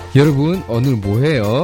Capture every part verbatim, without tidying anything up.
여러분, 오늘 뭐해요?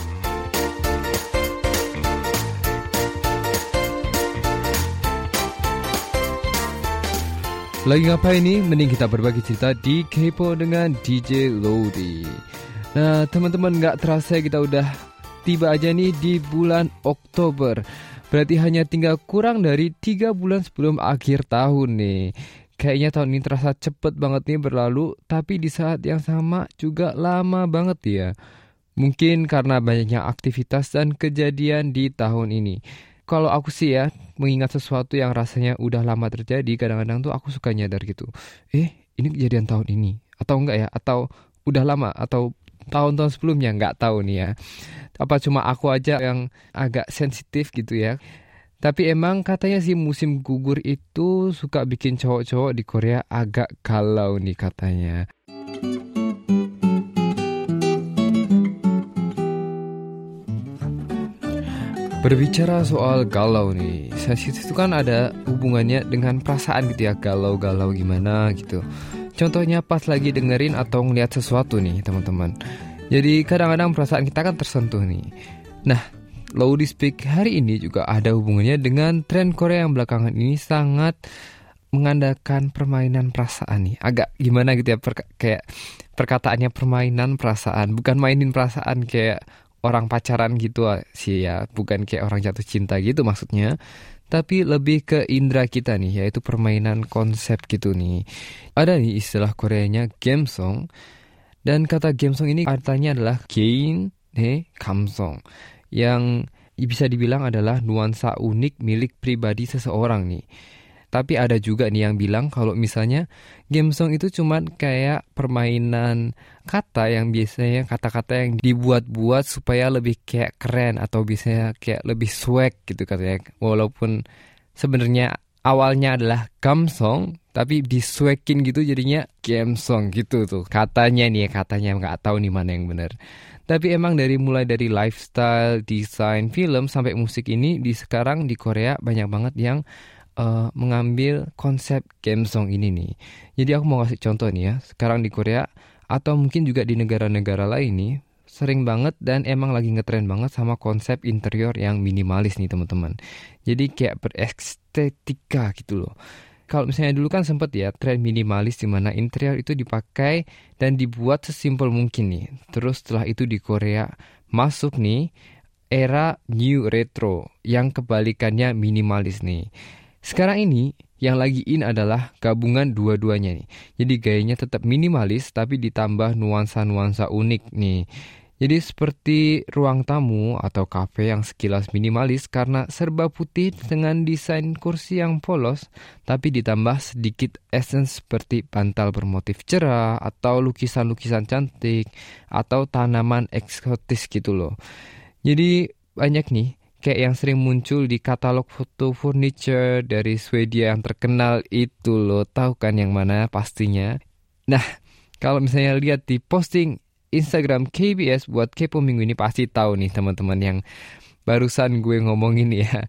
Lagi ngapain nih? Mending kita berbagi cerita di Kepo dengan D J Lodi. Nah, teman-teman, gak terasa kita udah tiba aja nih di bulan Oktober. Berarti hanya tinggal kurang dari tiga bulan sebelum akhir tahun nih. Kayaknya tahun ini terasa cepet banget nih berlalu, tapi di saat yang sama juga lama banget ya. Mungkin karena banyaknya aktivitas dan kejadian di tahun ini. Kalau aku sih ya, mengingat sesuatu yang rasanya udah lama terjadi, kadang-kadang tuh aku suka nyadar gitu. Eh, ini kejadian tahun ini. Atau enggak ya? Atau udah lama? Atau tahun-tahun sebelumnya? Enggak tahu nih ya. Apa cuma aku aja yang agak sensitif gitu ya. Tapi emang katanya sih musim gugur itu suka bikin cowok-cowok di Korea agak galau nih katanya. Berbicara soal galau nih, sensitif itu kan ada hubungannya dengan perasaan gitu ya, galau-galau gimana gitu. Contohnya pas lagi dengerin atau ngeliat sesuatu nih teman-teman. Jadi kadang-kadang perasaan kita kan tersentuh nih. Nah, Lodi Speak hari ini juga ada hubungannya dengan tren Korea yang belakangan ini sangat mengandalkan permainan perasaan nih. Agak gimana gitu ya, per- kayak perkataannya permainan perasaan, bukan mainin perasaan kayak orang pacaran gitu sih ya, bukan kayak orang jatuh cinta gitu maksudnya, tapi lebih ke indera kita nih, yaitu permainan konsep gitu nih. Ada nih istilah Koreanya gamsong, dan kata gamsong ini artinya adalah gein ne kamsong, yang bisa dibilang adalah nuansa unik milik pribadi seseorang nih. Tapi ada juga nih yang bilang kalau misalnya gamesong itu cuma kayak permainan kata yang biasanya kata-kata yang dibuat-buat supaya lebih kayak keren atau biasanya kayak lebih swag gitu katanya. Walaupun sebenarnya awalnya adalah gamsong tapi diswagin gitu jadinya gamesong gitu tuh. Katanya nih katanya nggak tahu nih mana yang benar. Tapi emang dari mulai dari lifestyle, desain, film sampai musik ini di sekarang di Korea banyak banget yang Uh, mengambil konsep gamesong ini nih. Jadi aku mau kasih contoh nih ya. Sekarang di Korea atau mungkin juga di negara-negara lain nih, sering banget dan emang lagi ngetren banget sama konsep interior yang minimalis nih teman-teman. Jadi kayak berestetika gitu loh. Kalau misalnya dulu kan sempet ya tren minimalis di mana interior itu dipakai dan dibuat sesimpel mungkin nih. Terus setelah itu di Korea masuk nih era new retro yang kebalikannya minimalis nih. Sekarang ini yang lagi in adalah gabungan dua-duanya nih. Jadi gayanya tetap minimalis tapi ditambah nuansa-nuansa unik nih. Jadi seperti ruang tamu atau kafe yang sekilas minimalis karena serba putih dengan desain kursi yang polos tapi ditambah sedikit essence seperti bantal bermotif cerah atau lukisan-lukisan cantik atau tanaman eksotis gitu loh. Jadi banyak nih kayak yang sering muncul di katalog foto furniture dari Swedia yang terkenal itu loh. Tahu kan yang mana pastinya? Nah, kalau misalnya lihat di posting Instagram K B S buat Kepo minggu ini pasti tahu nih teman-teman yang barusan gue ngomongin ya.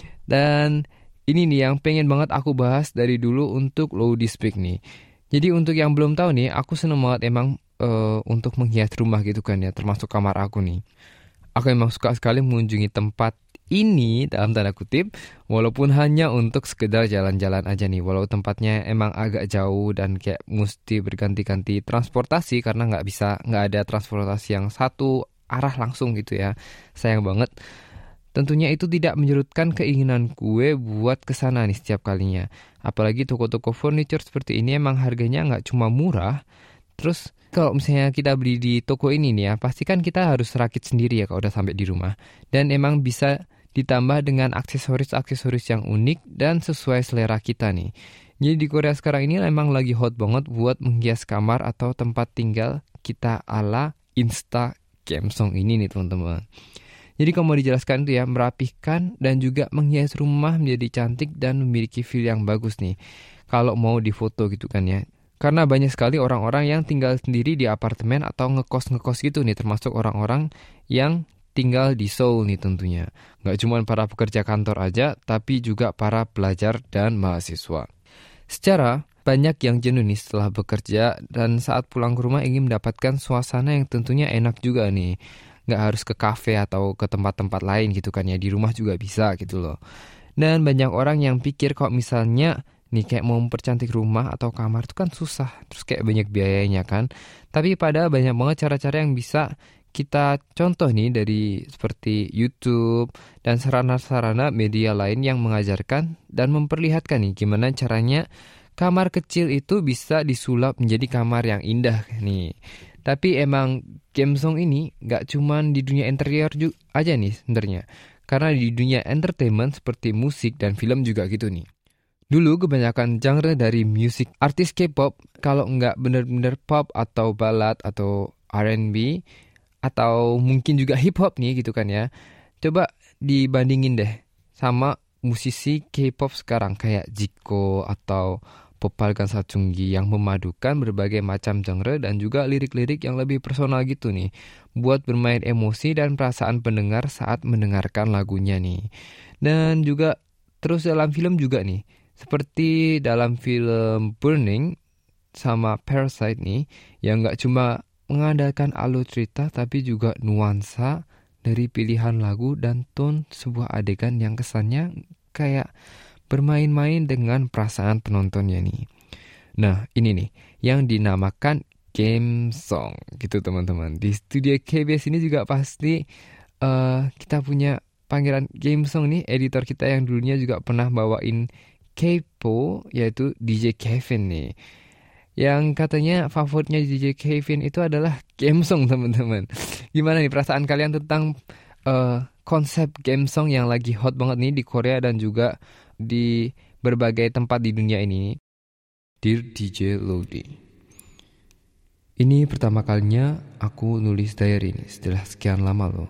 Dan ini nih yang pengen banget aku bahas dari dulu untuk Lodi Speak nih. Jadi untuk yang belum tahu nih, aku seneng banget emang uh, untuk menghias rumah gitu kan ya, termasuk kamar aku nih. Aku emang suka sekali mengunjungi tempat ini dalam tanda kutip, walaupun hanya untuk sekedar jalan-jalan aja nih. Walau tempatnya emang agak jauh dan kayak mesti berganti-ganti transportasi karena nggak bisa, nggak ada transportasi yang satu arah langsung gitu ya. Sayang banget. Tentunya itu tidak menyurutkan keinginan gue buat kesana nih setiap kalinya. Apalagi toko-toko furniture seperti ini emang harganya nggak cuma murah. Terus kalau misalnya kita beli di toko ini nih ya, pasti kan kita harus rakit sendiri ya kalau udah sampai di rumah. Dan emang bisa ditambah dengan aksesoris-aksesoris yang unik dan sesuai selera kita nih. Jadi di Korea sekarang ini emang lagi hot banget buat menghias kamar atau tempat tinggal kita ala Insta gamesong ini nih teman-teman. Jadi kalau mau dijelaskan itu ya, merapihkan dan juga menghias rumah menjadi cantik dan memiliki feel yang bagus nih. Kalau mau difoto gitu kan ya. Karena banyak sekali orang-orang yang tinggal sendiri di apartemen atau ngekos-ngekos gitu nih, termasuk orang-orang yang tinggal di Seoul nih tentunya. Nggak cuma para pekerja kantor aja, tapi juga para pelajar dan mahasiswa. Secara banyak yang jenuh nih setelah bekerja dan saat pulang ke rumah ingin mendapatkan suasana yang tentunya enak juga nih. Nggak harus ke kafe atau ke tempat-tempat lain gitu kan ya, di rumah juga bisa gitu loh. Dan banyak orang yang pikir kalau misalnya nih kayak mau mempercantik rumah atau kamar itu kan susah, terus kayak banyak biayanya kan. Tapi pada banyak banget cara-cara yang bisa kita contoh nih dari seperti YouTube dan sarana-sarana media lain yang mengajarkan dan memperlihatkan nih gimana caranya kamar kecil itu bisa disulap menjadi kamar yang indah nih. Tapi emang game song ini gak cuman di dunia interior juga aja nih sebenarnya. Karena di dunia entertainment seperti musik dan film juga gitu nih. Dulu kebanyakan genre dari musik artis K-pop kalau nggak bener-bener pop atau ballad atau R and B atau mungkin juga hip hop nih gitu kan ya. Coba dibandingin deh sama musisi K-pop sekarang kayak Jiko atau Popal Gansachunggi yang memadukan berbagai macam genre dan juga lirik-lirik yang lebih personal gitu nih buat bermain emosi dan perasaan pendengar saat mendengarkan lagunya nih. Dan juga terus dalam film juga nih, seperti dalam film Burning sama Parasite nih yang gak cuma mengandalkan alur cerita tapi juga nuansa dari pilihan lagu dan tone sebuah adegan yang kesannya kayak bermain-main dengan perasaan penontonnya nih. Nah, ini nih yang dinamakan game song gitu teman-teman. Di studio K B S ini juga pasti uh, kita punya panggilan game song nih. Editor kita yang dulunya juga pernah bawain K-pop yaitu D J Kevin nih. Yang katanya favoritnya D J Kevin itu adalah game song teman-teman. Gimana nih perasaan kalian tentang uh, konsep game song yang lagi hot banget nih di Korea dan juga di berbagai tempat di dunia ini? Dear D J Lodi, ini pertama kalinya aku nulis diary ini setelah sekian lama loh.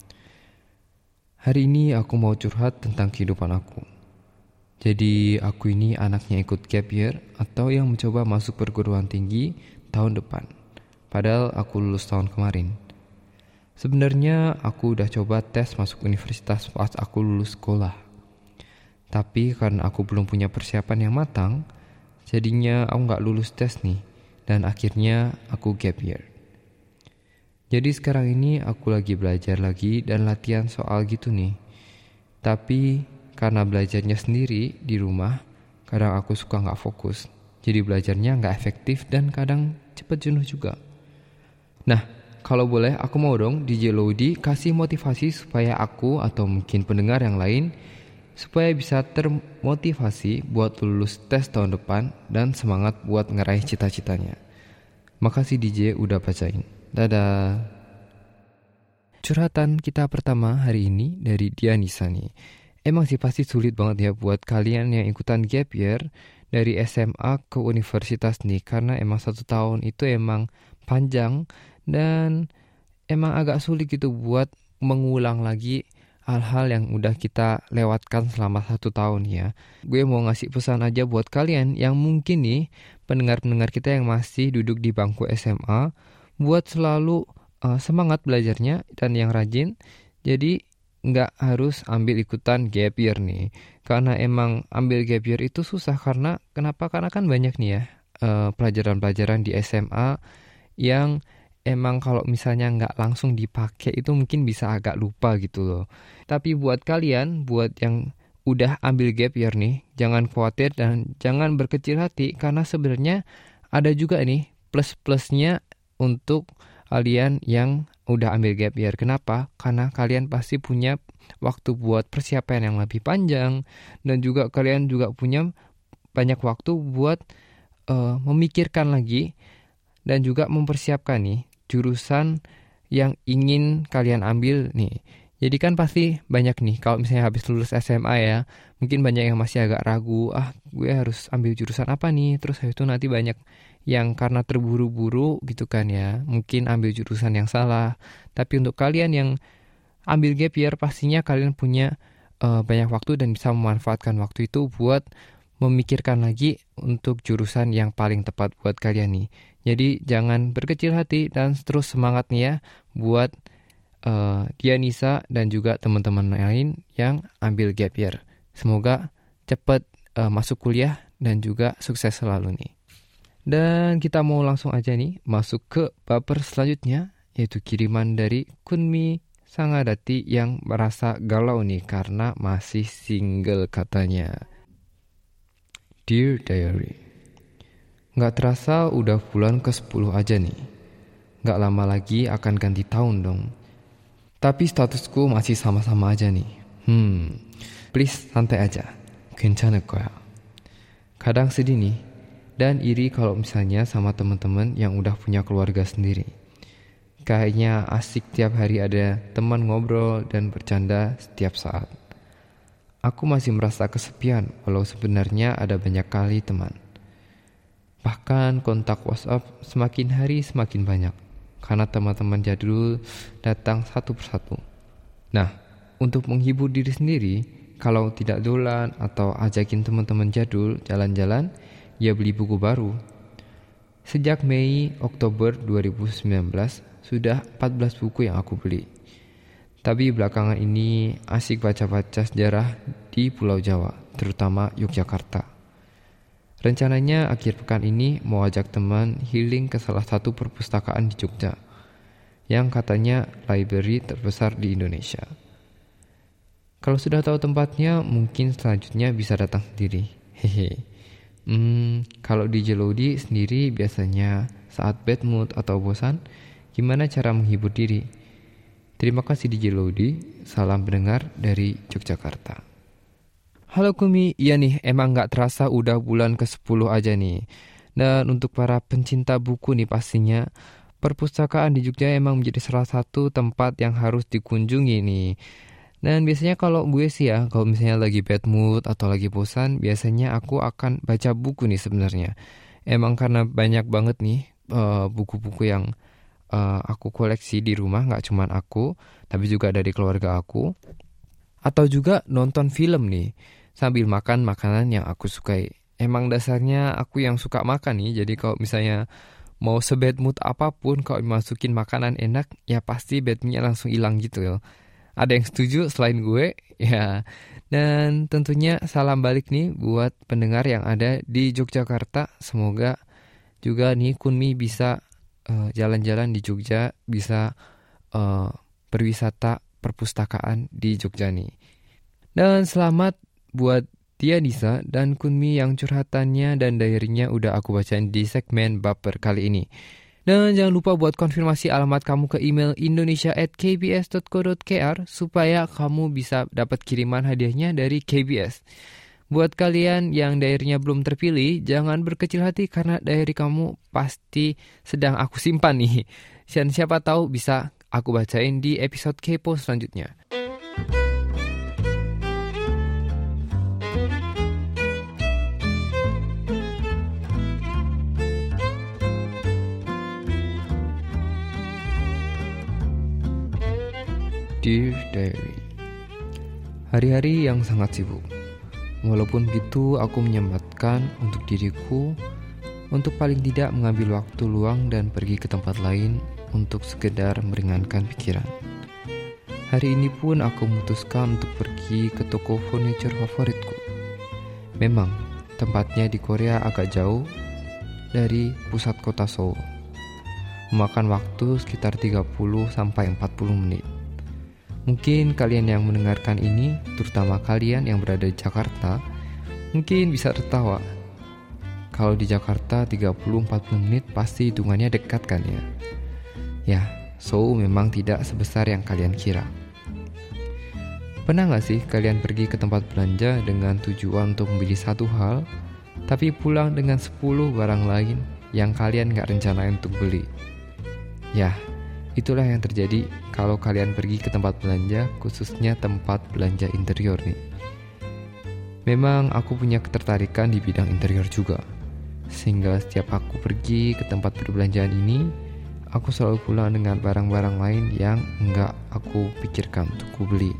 Hari ini aku mau curhat tentang kehidupan aku. Jadi aku ini anaknya ikut gap year atau yang mencoba masuk perguruan tinggi tahun depan. Padahal aku lulus tahun kemarin. Sebenarnya aku udah coba tes masuk universitas pas aku lulus sekolah. Tapi karena aku belum punya persiapan yang matang, jadinya aku gak lulus tes nih. Dan akhirnya aku gap year. Jadi sekarang ini aku lagi belajar lagi dan latihan soal gitu nih. Tapi karena belajarnya sendiri di rumah, kadang aku suka gak fokus. Jadi belajarnya gak efektif dan kadang cepet jenuh juga. Nah, kalau boleh aku mau dong D J Lodi kasih motivasi supaya aku atau mungkin pendengar yang lain supaya bisa termotivasi buat lulus tes tahun depan dan semangat buat ngeraih cita-citanya. Makasih D J udah bacain. Dadah. Curhatan kita pertama hari ini dari Dianisa nih. Emang sih pasti sulit banget ya buat kalian yang ikutan gap year dari S M A ke universitas nih. Karena emang satu tahun itu emang panjang dan emang agak sulit gitu buat mengulang lagi hal-hal yang udah kita lewatkan selama satu tahun ya. Gue mau ngasih pesan aja buat kalian yang mungkin nih pendengar-pendengar kita yang masih duduk di bangku S M A, buat selalu uh, semangat belajarnya dan yang rajin. Jadi nggak harus ambil ikutan gap year nih. Karena emang ambil gap year itu susah karena kenapa? Karena kan banyak nih ya uh, pelajaran-pelajaran di S M A yang emang kalau misalnya nggak langsung dipakai itu mungkin bisa agak lupa gitu loh. Tapi buat kalian, buat yang udah ambil gap year nih, jangan khawatir dan jangan berkecil hati karena sebenarnya ada juga nih plus-plusnya untuk kalian yang udah ambil gap year. Kenapa? Karena kalian pasti punya waktu buat persiapan yang lebih panjang dan juga kalian juga punya banyak waktu buat uh, memikirkan lagi dan juga mempersiapkan nih jurusan yang ingin kalian ambil nih. Jadi kan pasti banyak nih kalau misalnya habis lulus S M A ya, mungkin banyak yang masih agak ragu, ah gue harus ambil jurusan apa nih. Terus habis itu nanti banyak yang karena terburu-buru gitu kan ya, mungkin ambil jurusan yang salah. Tapi untuk kalian yang ambil gap year pastinya kalian punya uh, banyak waktu dan bisa memanfaatkan waktu itu buat memikirkan lagi untuk jurusan yang paling tepat buat kalian nih. Jadi jangan berkecil hati dan terus semangat nih ya buat uh, Dianisa dan juga teman-teman lain yang ambil gap year. Semoga cepat uh, masuk kuliah dan juga sukses selalu nih. Dan kita mau langsung aja nih masuk ke baper selanjutnya, yaitu kiriman dari Kunmi Sangadati yang merasa galau nih karena masih single katanya. Dear Diary, gak terasa udah bulan ke sepuluh aja nih. Gak lama lagi akan ganti tahun dong. Tapi statusku masih sama-sama aja nih. Hmm, please santai aja. 괜찮을 거야. Kadang sedih nih dan iri kalau misalnya sama teman-teman yang udah punya keluarga sendiri. Kayaknya asik tiap hari ada teman ngobrol dan bercanda setiap saat. Aku masih merasa kesepian walau sebenarnya ada banyak kali teman. Bahkan kontak WhatsApp semakin hari semakin banyak karena teman-teman jadul datang satu persatu. Nah, untuk menghibur diri sendiri, kalau tidak dolan atau ajakin teman-teman jadul jalan-jalan, ya beli buku baru. Sejak Mei Oktober dua ribu sembilan belas sudah empat belas buku yang aku beli. Tapi belakangan ini asik baca-baca sejarah di Pulau Jawa, terutama Yogyakarta. Rencananya akhir pekan ini mau ajak teman healing ke salah satu perpustakaan di Jogja, yang katanya library terbesar di Indonesia. Kalau sudah tahu tempatnya, mungkin selanjutnya bisa datang sendiri. Hehe. Hmm, kalau di Jelodi sendiri biasanya saat bad mood atau bosan, gimana cara menghibur diri? Terima kasih D J Lodi, salam pendengar dari Yogyakarta. Halo Kumi, iya nih emang gak terasa udah bulan ke sepuluh aja nih. Dan untuk para pencinta buku nih pastinya, perpustakaan di Jogja emang menjadi salah satu tempat yang harus dikunjungi nih. Dan biasanya kalau gue sih ya, kalau misalnya lagi bad mood atau lagi bosan, biasanya aku akan baca buku nih sebenarnya. Emang karena banyak banget nih uh, buku-buku yang uh, aku koleksi di rumah, gak cuman aku, tapi juga dari keluarga aku. Atau juga nonton film nih, sambil makan makanan yang aku sukai. Emang dasarnya aku yang suka makan nih, jadi kalau misalnya mau sebad mood apapun, kalau masukin makanan enak, ya pasti bad moodnya langsung hilang gitu ya. Ada yang setuju selain gue? Ya. Dan tentunya salam balik nih buat pendengar yang ada di Yogyakarta. Semoga juga nih Kunmi bisa uh, jalan-jalan di Jogja, bisa uh, berwisata perpustakaan di Jogja nih. Dan selamat buat Tia Nisa dan Kunmi yang curhatannya dan diary-nya udah aku bacain di segmen baper kali ini. Dan jangan lupa buat konfirmasi alamat kamu ke email indonesia at k b s dot co dot k r supaya kamu bisa dapat kiriman hadiahnya dari K B S. Buat kalian yang diary-nya belum terpilih, jangan berkecil hati karena diary kamu pasti sedang aku simpan nih. Dan siapa tahu bisa aku bacain di episode Kepo selanjutnya. Dear Diary, hari-hari yang sangat sibuk. Walaupun begitu, aku menyempatkan untuk diriku untuk paling tidak mengambil waktu luang dan pergi ke tempat lain untuk sekedar meringankan pikiran. Hari ini pun aku memutuskan untuk pergi ke toko furniture favoritku. Memang, tempatnya di Korea agak jauh dari pusat kota Seoul. Memakan waktu sekitar tiga puluh sampai empat puluh menit. Mungkin kalian yang mendengarkan ini, terutama kalian yang berada di Jakarta, mungkin bisa tertawa. Kalau di Jakarta tiga puluh sampai empat puluh menit pasti hitungannya dekat kan ya? Ya, Seoul memang tidak sebesar yang kalian kira. Pernah gak sih kalian pergi ke tempat belanja dengan tujuan untuk membeli satu hal, tapi pulang dengan sepuluh barang lain yang kalian gak rencanain untuk beli? Ya, itulah yang terjadi kalau kalian pergi ke tempat belanja, khususnya tempat belanja interior nih. Memang aku punya ketertarikan di bidang interior juga, sehingga setiap aku pergi ke tempat perbelanjaan ini, aku selalu pulang dengan barang-barang lain yang enggak aku pikirkan untuk ku beli.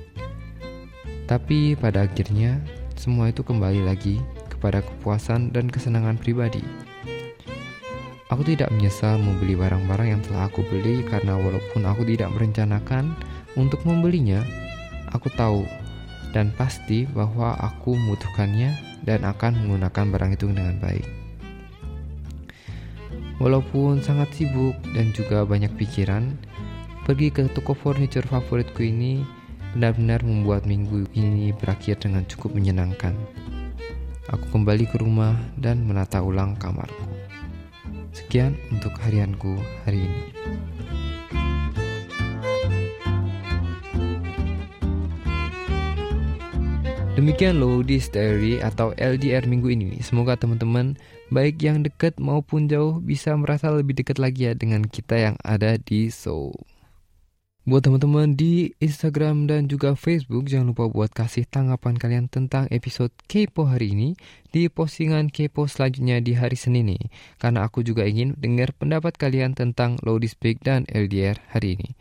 Tapi pada akhirnya, semua itu kembali lagi kepada kepuasan dan kesenangan pribadi. Aku tidak menyesal membeli barang-barang yang telah aku beli karena walaupun aku tidak merencanakan untuk membelinya, aku tahu dan pasti bahwa aku membutuhkannya dan akan menggunakan barang itu dengan baik. Walaupun sangat sibuk dan juga banyak pikiran, pergi ke toko furniture favoritku ini benar-benar membuat minggu ini berakhir dengan cukup menyenangkan. Aku kembali ke rumah dan menata ulang kamarku. Sekian untuk harianku hari ini. Demikian Lodi's Diary atau L D R minggu ini. Semoga teman-teman baik yang dekat maupun jauh bisa merasa lebih dekat lagi ya dengan kita yang ada di Seoul. Buat teman-teman di Instagram dan juga Facebook, jangan lupa buat kasih tanggapan kalian tentang episode Kepo hari ini di postingan Kepo selanjutnya di hari Senin nih. Karena aku juga ingin dengar pendapat kalian tentang Lodi's Big dan L D R hari ini.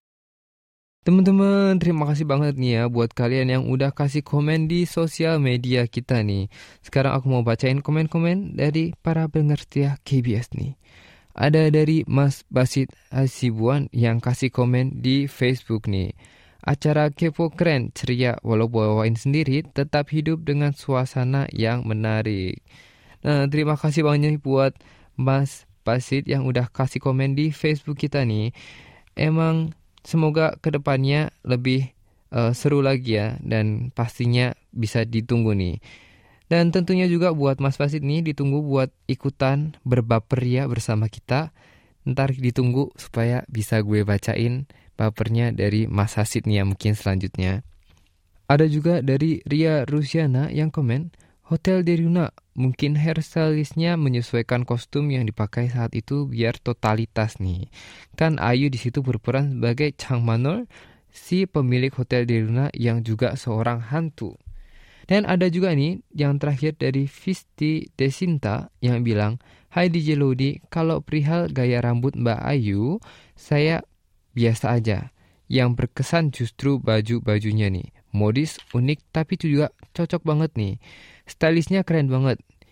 Teman-teman, terima kasih banget nih ya buat kalian yang udah kasih komen di sosial media kita nih. Sekarang aku mau bacain komen-komen dari para pendengar setia K B S nih. Ada dari Mas Basit Hasibuan yang kasih komen di Facebook nih. Acara Kepo keren, ceria, walau bawain sendiri, tetap hidup dengan suasana yang menarik. Nah, terima kasih banyak buat Mas Basit yang udah kasih komen di Facebook kita nih. Emang semoga kedepannya lebih uh, seru lagi ya, dan pastinya bisa ditunggu nih. Dan tentunya juga buat Mas Basit nih ditunggu buat ikutan berbaperia bersama kita. Ntar ditunggu supaya bisa gue bacain bapernya dari Mas Basit nih ya mungkin selanjutnya. Ada juga dari Ria Rusiana yang komen, Hotel Deruna, mungkin hairstylistnya menyesuaikan kostum yang dipakai saat itu biar totalitas nih. Kan Ayu di situ berperan sebagai Chang Manol, si pemilik Hotel Deruna yang juga seorang hantu. Dan ada juga nih yang terakhir dari Visti Desinta yang bilang, Hai D J Lodi, kalau perihal gaya rambut Mbak Ayu, saya biasa aja. Yang berkesan justru baju-bajunya nih. Modis, unik, tapi juga cocok banget nih. Stylishnya keren banget.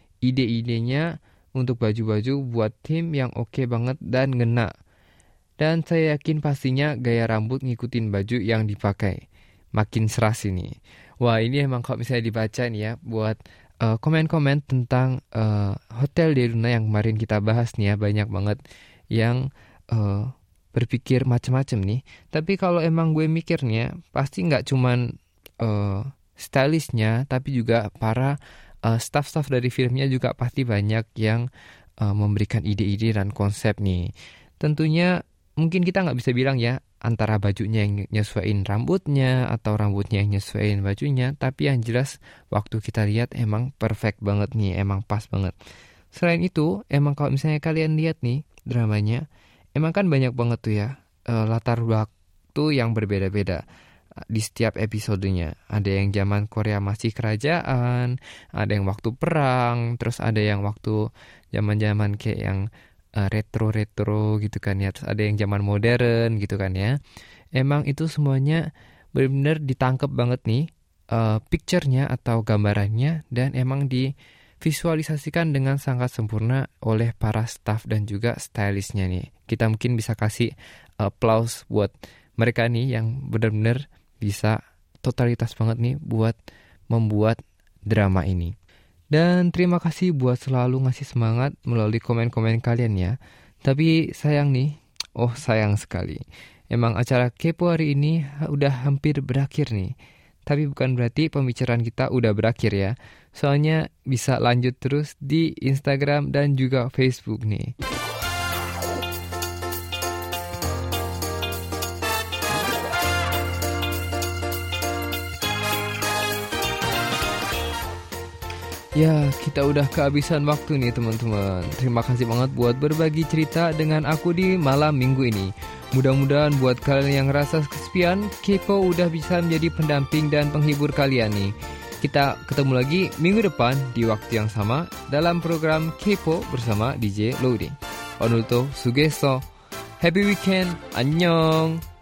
Ide-idenya untuk baju-baju buat tim yang oke banget dan ngena. Dan saya yakin pastinya gaya rambut ngikutin baju yang dipakai. Makin seras ini. Wah, ini emang kalau misalnya dibaca nih ya, buat uh, komen-komen tentang uh, Hotel Deruna yang kemarin kita bahas nih ya, banyak banget yang uh, berpikir macam-macam nih. Tapi kalau emang gue mikirnya, pasti nggak cuman uh, stylistnya, tapi juga para uh, staff-staff dari filmnya juga pasti banyak yang uh, memberikan ide-ide dan konsep nih. Tentunya mungkin kita nggak bisa bilang ya, antara bajunya yang nyesuaiin rambutnya atau rambutnya yang nyesuaiin bajunya, tapi yang jelas waktu kita lihat emang perfect banget nih, emang pas banget. Selain itu, emang kalau misalnya kalian lihat nih dramanya, emang kan banyak banget tuh ya uh, latar waktu yang berbeda-beda di setiap episodenya. Ada yang zaman Korea masih kerajaan, ada yang waktu perang, terus ada yang waktu zaman-zaman kayak yang Uh, retro-retro gitu kan ya. Terus ada yang zaman modern gitu kan ya. Emang itu semuanya benar-benar ditangkap banget nih uh, picture-nya atau gambarannya, dan emang divisualisasikan dengan sangat sempurna oleh para staff dan juga stylistnya nih. Kita mungkin bisa kasih applause buat mereka nih yang benar-benar bisa totalitas banget nih buat membuat drama ini. Dan terima kasih buat selalu ngasih semangat melalui komen-komen kalian ya. Tapi sayang nih, oh sayang sekali. Emang acara Kepo hari ini udah hampir berakhir nih. Tapi bukan berarti pembicaraan kita udah berakhir ya. Soalnya bisa lanjut terus di Instagram dan juga Facebook nih. Ya, kita udah kehabisan waktu nih teman-teman. Terima kasih banget buat berbagi cerita dengan aku di malam minggu ini. Mudah-mudahan buat kalian yang rasa kesepian, Kepo udah bisa menjadi pendamping dan penghibur kalian nih. Kita ketemu lagi minggu depan di waktu yang sama dalam program Kepo bersama D J Lodi. Onulto Sugeso. Happy weekend. Annyeong.